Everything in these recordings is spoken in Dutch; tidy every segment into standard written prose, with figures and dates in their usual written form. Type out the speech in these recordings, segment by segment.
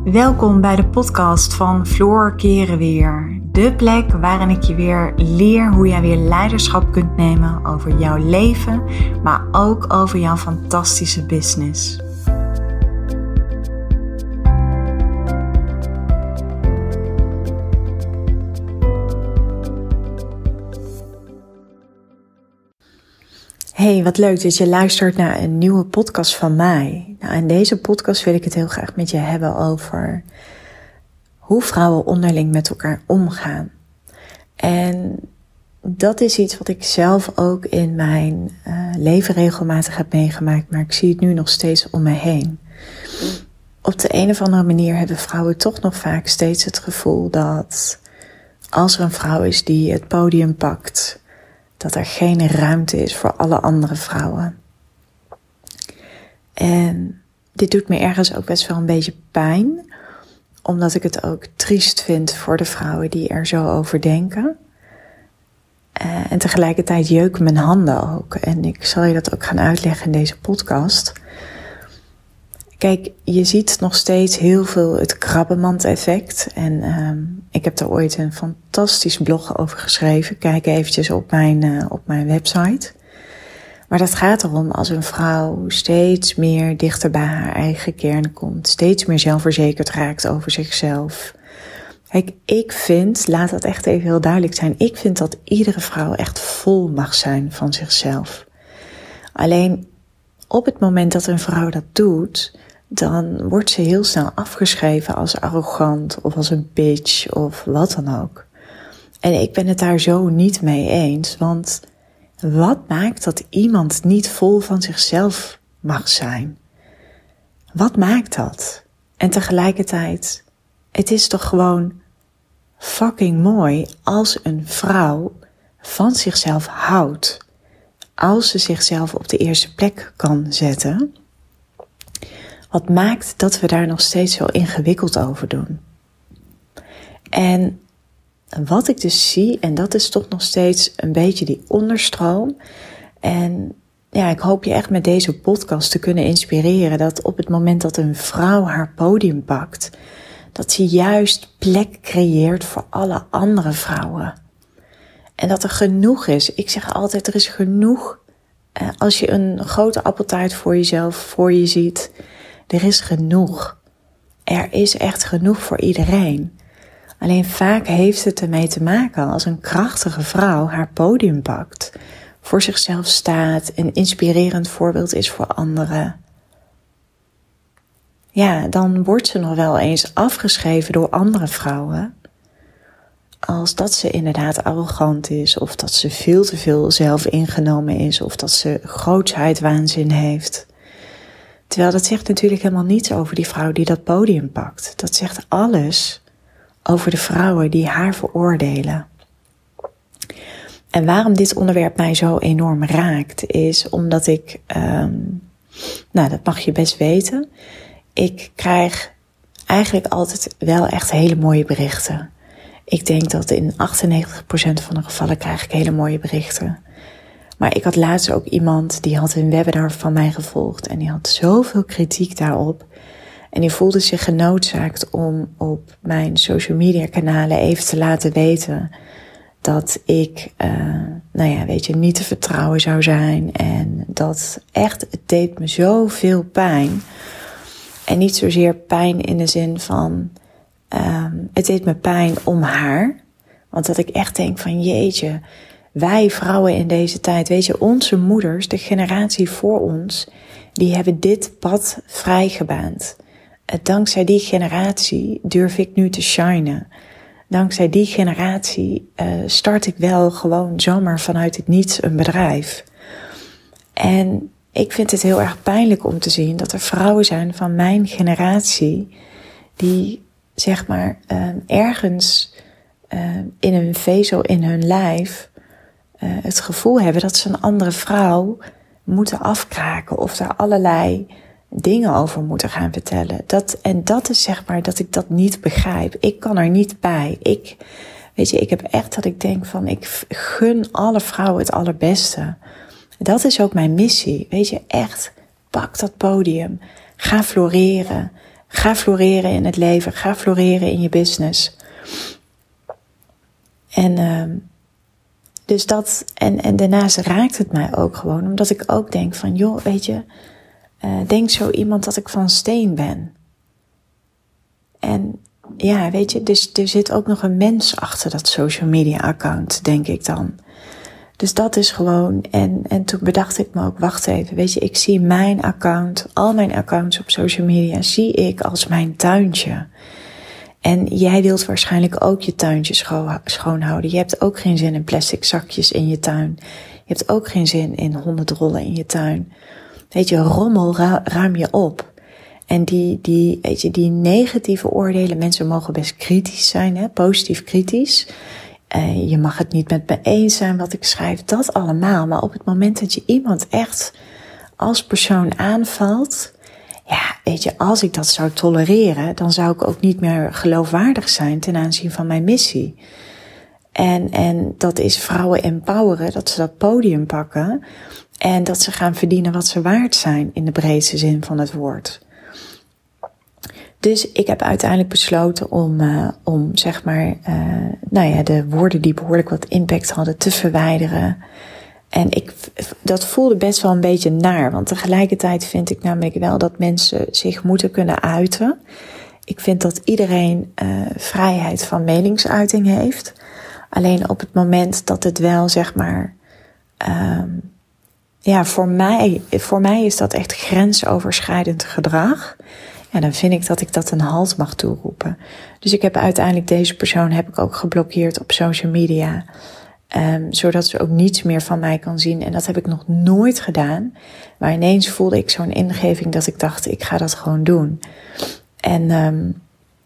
Welkom bij de podcast van Floor Keren Weer. De plek waarin ik je weer leer hoe jij weer leiderschap kunt nemen over jouw leven, maar ook over jouw fantastische business. Hey, wat leuk dat je luistert naar een nieuwe podcast van mij. Nou, in deze podcast wil ik het heel graag met je hebben over hoe vrouwen onderling met elkaar omgaan. En dat is iets wat ik zelf ook in mijn leven regelmatig heb meegemaakt, maar ik zie het nu nog steeds om me heen. Op de een of andere manier hebben vrouwen toch nog vaak steeds het gevoel dat als er een vrouw is die het podium pakt, dat er geen ruimte is voor alle andere vrouwen. En dit doet me ergens ook best wel een beetje pijn, omdat ik het ook triest vind voor de vrouwen die er zo over denken. En tegelijkertijd jeuken mijn handen ook. En ik zal je dat ook gaan uitleggen in deze podcast. Kijk, je ziet nog steeds heel veel het krabbenmand-effect. En ik heb daar ooit een fantastisch blog over geschreven. Kijk eventjes op mijn website. Maar dat gaat erom als een vrouw steeds meer dichter bij haar eigen kern komt. Steeds meer zelfverzekerd raakt over zichzelf. Kijk, ik vind, laat dat echt even heel duidelijk zijn. Ik vind dat iedere vrouw echt vol mag zijn van zichzelf. Alleen op het moment dat een vrouw dat doet, dan wordt ze heel snel afgeschreven als arrogant of als een bitch of wat dan ook. En ik ben het daar zo niet mee eens, want wat maakt dat iemand niet vol van zichzelf mag zijn? Wat maakt dat? En tegelijkertijd, het is toch gewoon fucking mooi als een vrouw van zichzelf houdt. Als ze zichzelf op de eerste plek kan zetten. Wat maakt dat we daar nog steeds zo ingewikkeld over doen? En wat ik dus zie, en dat is toch nog steeds een beetje die onderstroom. En ja, ik hoop je echt met deze podcast te kunnen inspireren dat op het moment dat een vrouw haar podium pakt, dat ze juist plek creëert voor alle andere vrouwen. En dat er genoeg is. Ik zeg altijd, er is genoeg. Als je een grote appeltaart voor je ziet, er is genoeg. Er is echt genoeg voor iedereen. Alleen vaak heeft het ermee te maken als een krachtige vrouw haar podium pakt, voor zichzelf staat, een inspirerend voorbeeld is voor anderen. Ja, dan wordt ze nog wel eens afgeschreven door andere vrouwen, als dat ze inderdaad arrogant is, of dat ze veel te veel zelf ingenomen is, of dat ze grootsheidwaanzin heeft. Terwijl dat zegt natuurlijk helemaal niets over die vrouw die dat podium pakt. Dat zegt alles over de vrouwen die haar veroordelen. En waarom dit onderwerp mij zo enorm raakt, is omdat ik, dat mag je best weten, ik krijg eigenlijk altijd wel echt hele mooie berichten. Ik denk dat in 98% van de gevallen krijg ik hele mooie berichten. Maar ik had laatst ook iemand die had een webinar van mij gevolgd en die had zoveel kritiek daarop. En die voelde zich genoodzaakt om op mijn social media kanalen even te laten weten dat ik, niet te vertrouwen zou zijn. En dat echt, het deed me zoveel pijn. En niet zozeer pijn in de zin van, het deed me pijn om haar. Want dat ik echt denk van jeetje, wij vrouwen in deze tijd, weet je, onze moeders, de generatie voor ons, die hebben dit pad vrijgebaand. Dankzij die generatie durf ik nu te shinen. Dankzij die generatie start ik wel gewoon zomaar vanuit het niets een bedrijf. En ik vind het heel erg pijnlijk om te zien dat er vrouwen zijn van mijn generatie die zeg maar ergens in een vezel in hun lijf het gevoel hebben dat ze een andere vrouw moeten afkraken of daar allerlei dingen over moeten gaan vertellen. Dat is zeg maar dat ik dat niet begrijp. Ik kan er niet bij. Ik heb echt dat ik denk van ik gun alle vrouwen het allerbeste. Dat is ook mijn missie. Weet je, echt, pak dat podium. Ga floreren. Ga floreren in het leven. Ga floreren in je business. En dus dat, en daarnaast raakt het mij ook gewoon. Omdat ik ook denk van, joh, weet je, denk zo iemand dat ik van steen ben. En ja, weet je, dus er zit ook nog een mens achter dat social media account, denk ik dan. Dus dat is gewoon, en toen bedacht ik me ook, wacht even, weet je, ik zie mijn account, al mijn accounts op social media, zie ik als mijn tuintje. En jij wilt waarschijnlijk ook je tuintje schoonhouden. Je hebt ook geen zin in plastic zakjes in je tuin. Je hebt ook geen zin in 100 rollen in je tuin. Weet je, rommel ruim je op. En die negatieve oordelen, mensen mogen best kritisch zijn, hè, positief kritisch. Je mag het niet met me eens zijn wat ik schrijf, dat allemaal. Maar op het moment dat je iemand echt als persoon aanvalt, ja, weet je, als ik dat zou tolereren, dan zou ik ook niet meer geloofwaardig zijn ten aanzien van mijn missie. En dat is vrouwen empoweren, dat ze dat podium pakken en dat ze gaan verdienen wat ze waard zijn in de breedste zin van het woord. Dus ik heb uiteindelijk besloten om zeg maar, de woorden die behoorlijk wat impact hadden te verwijderen. En dat voelde best wel een beetje naar, want tegelijkertijd vind ik namelijk wel dat mensen zich moeten kunnen uiten. Ik vind dat iedereen vrijheid van meningsuiting heeft. Alleen op het moment dat het wel, zeg maar, voor mij is dat echt grensoverschrijdend gedrag. Ja, dan vind ik dat ik een halt mag toeroepen. Dus ik heb uiteindelijk deze persoon heb ik ook geblokkeerd op social media. Zodat ze ook niets meer van mij kan zien. En dat heb ik nog nooit gedaan. Maar ineens voelde ik zo'n ingeving dat ik dacht, ik ga dat gewoon doen. En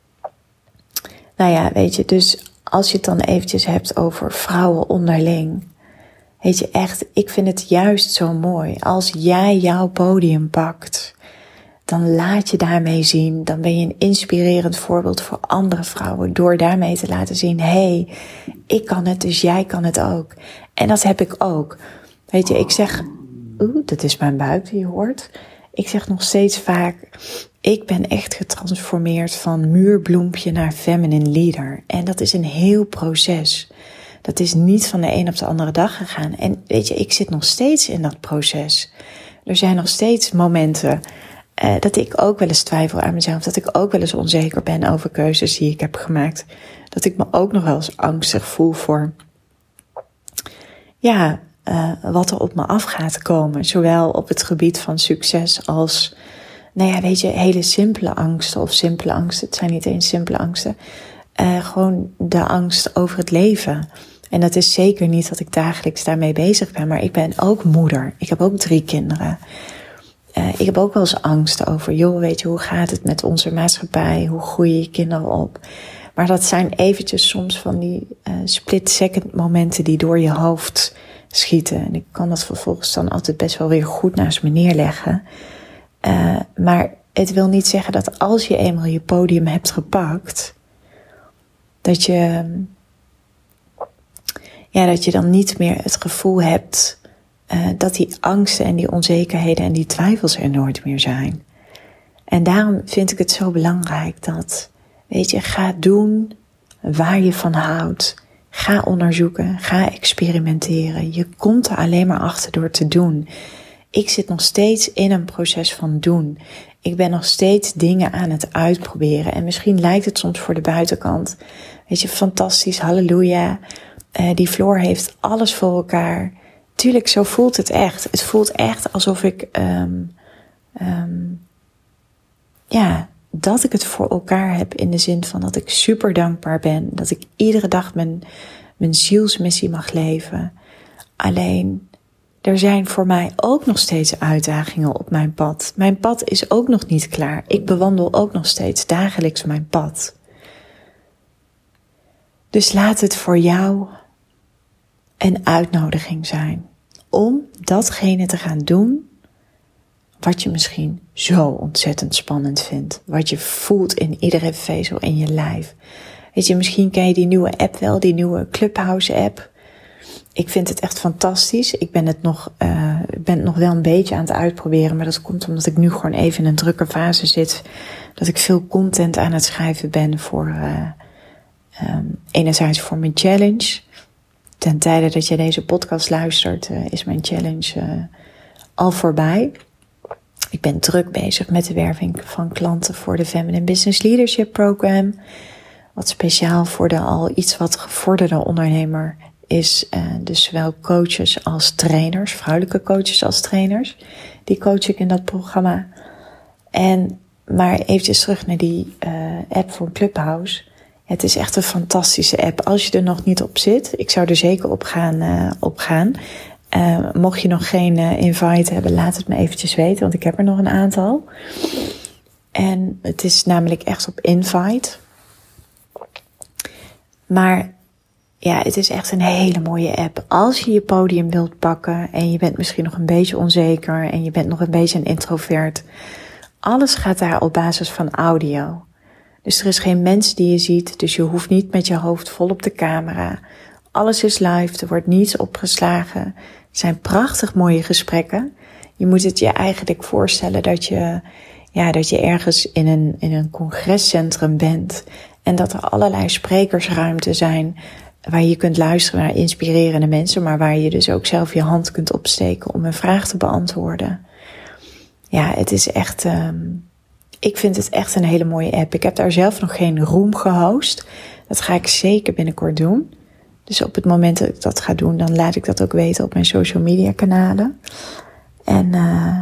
weet je, dus als je het dan eventjes hebt over vrouwen onderling. Weet je echt, ik vind het juist zo mooi. Als jij jouw podium pakt, dan laat je daarmee zien, dan ben je een inspirerend voorbeeld voor andere vrouwen. Door daarmee te laten zien, hey, ik kan het, dus jij kan het ook. En dat heb ik ook. Weet je, ik zeg, dat is mijn buik die je hoort. Ik zeg nog steeds vaak, ik ben echt getransformeerd van muurbloempje naar feminine leader. En dat is een heel proces. Dat is niet van de een op de andere dag gegaan. En weet je, ik zit nog steeds in dat proces. Er zijn nog steeds momenten dat ik ook wel eens twijfel aan mezelf. Dat ik ook wel eens onzeker ben over keuzes die ik heb gemaakt. Dat ik me ook nog wel eens angstig voel voor wat er op me af gaat komen. Zowel op het gebied van succes als, weet je, hele simpele angsten. Of simpele angsten, het zijn niet eens simpele angsten. Gewoon de angst over het leven. En dat is zeker niet dat ik dagelijks daarmee bezig ben. Maar ik ben ook moeder. Ik heb ook 3 kinderen. Ik heb ook wel eens angst over, joh, weet je, hoe gaat het met onze maatschappij? Hoe groeien je kinderen op? Maar dat zijn eventjes soms van die split-second momenten die door je hoofd schieten. En ik kan dat vervolgens dan altijd best wel weer goed naast me neerleggen. Maar het wil niet zeggen dat als je eenmaal je podium hebt gepakt, dat je dan niet meer het gevoel hebt dat die angsten en die onzekerheden en die twijfels er nooit meer zijn. En daarom vind ik het zo belangrijk dat, weet je, ga doen waar je van houdt. Ga onderzoeken, ga experimenteren. Je komt er alleen maar achter door te doen. Ik zit nog steeds in een proces van doen. Ik ben nog steeds dingen aan het uitproberen. En misschien lijkt het soms voor de buitenkant, weet je, fantastisch, halleluja. Die Floor heeft alles voor elkaar. Tuurlijk, zo voelt het echt. Het voelt echt alsof ik, dat ik het voor elkaar heb in de zin van dat ik super dankbaar ben. Dat ik iedere dag mijn zielsmissie mag leven. Alleen, er zijn voor mij ook nog steeds uitdagingen op mijn pad. Mijn pad is ook nog niet klaar. Ik bewandel ook nog steeds dagelijks mijn pad. Dus laat het voor jou een uitnodiging zijn om datgene te gaan doen wat je misschien zo ontzettend spannend vindt. Wat je voelt in iedere vezel in je lijf. Weet je, misschien ken je die nieuwe app wel, die nieuwe Clubhouse app. Ik vind het echt fantastisch. Ik ben het nog wel een beetje aan het uitproberen. Maar dat komt omdat ik nu gewoon even in een drukke fase zit. Dat ik veel content aan het schrijven ben voor enerzijds voor mijn challenge. Ten tijde dat je deze podcast luistert, is mijn challenge al voorbij. Ik ben druk bezig met de werving van klanten voor de Feminine Business Leadership Program. Wat speciaal voor de al iets wat gevorderde ondernemer is. Dus zowel coaches als trainers, vrouwelijke coaches als trainers. Die coach ik in dat programma. Maar eventjes terug naar die app voor Clubhouse. Het is echt een fantastische app. Als je er nog niet op zit, ik zou er zeker op gaan. Mocht je nog geen invite hebben, laat het me eventjes weten, want ik heb er nog een aantal. En het is namelijk echt op invite. Maar ja, het is echt een hele mooie app. Als je je podium wilt pakken en je bent misschien nog een beetje onzeker en je bent nog een beetje een introvert. Alles gaat daar op basis van audio. Dus er is geen mens die je ziet, dus je hoeft niet met je hoofd vol op de camera. Alles is live, er wordt niets opgeslagen. Het zijn prachtig mooie gesprekken. Je moet het je eigenlijk voorstellen dat je ergens in een congrescentrum bent. En dat er allerlei sprekersruimten zijn waar je kunt luisteren naar inspirerende mensen. Maar waar je dus ook zelf je hand kunt opsteken om een vraag te beantwoorden. Ja, het is echt... Ik vind het echt een hele mooie app. Ik heb daar zelf nog geen room gehost. Dat ga ik zeker binnenkort doen. Dus op het moment dat ik dat ga doen, dan laat ik dat ook weten op mijn social media kanalen. En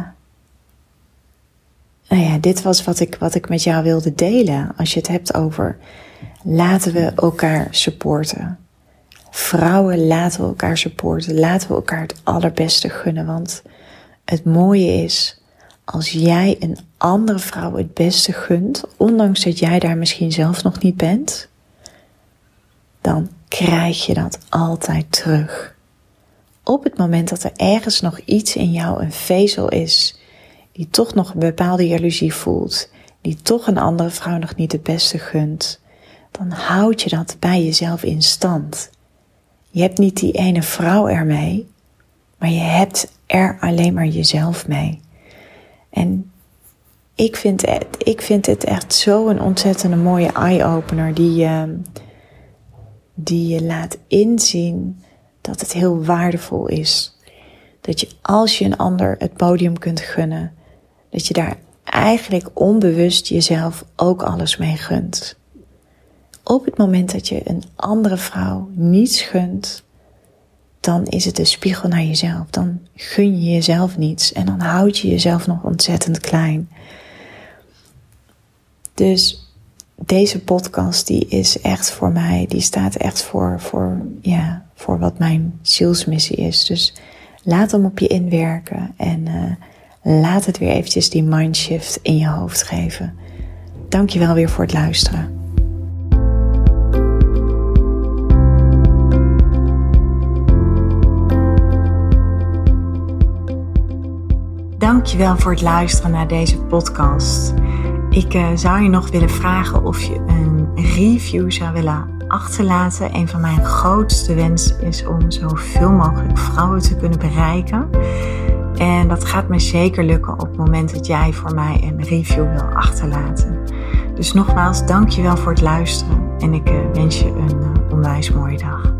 dit was wat ik met jou wilde delen. Als je het hebt over laten we elkaar supporten. Vrouwen, laten we elkaar supporten. Laten we elkaar het allerbeste gunnen. Want het mooie is, als jij een andere vrouw het beste gunt, ondanks dat jij daar misschien zelf nog niet bent, dan krijg je dat altijd terug. Op het moment dat er ergens nog iets in jou, een vezel is, die toch nog een bepaalde jaloezie voelt, die toch een andere vrouw nog niet het beste gunt, dan houd je dat bij jezelf in stand. Je hebt niet die ene vrouw ermee, maar je hebt er alleen maar jezelf mee. En ik vind het echt zo'n ontzettende mooie eye-opener die je laat inzien dat het heel waardevol is. Dat je als je een ander het podium kunt gunnen, dat je daar eigenlijk onbewust jezelf ook alles mee gunt. Op het moment dat je een andere vrouw niets gunt, dan is het een spiegel naar jezelf. Dan gun je jezelf niets en dan houd je jezelf nog ontzettend klein. Dus deze podcast die is echt voor mij, die staat echt voor wat mijn zielsmissie is. Dus laat hem op je inwerken en laat het weer eventjes die mindshift in je hoofd geven. Dank je wel weer voor het luisteren. Dankjewel voor het luisteren naar deze podcast. Ik zou je nog willen vragen of je een review zou willen achterlaten. Een van mijn grootste wensen is om zoveel mogelijk vrouwen te kunnen bereiken. En dat gaat me zeker lukken op het moment dat jij voor mij een review wil achterlaten. Dus nogmaals, dankjewel voor het luisteren en ik wens je een onwijs mooie dag.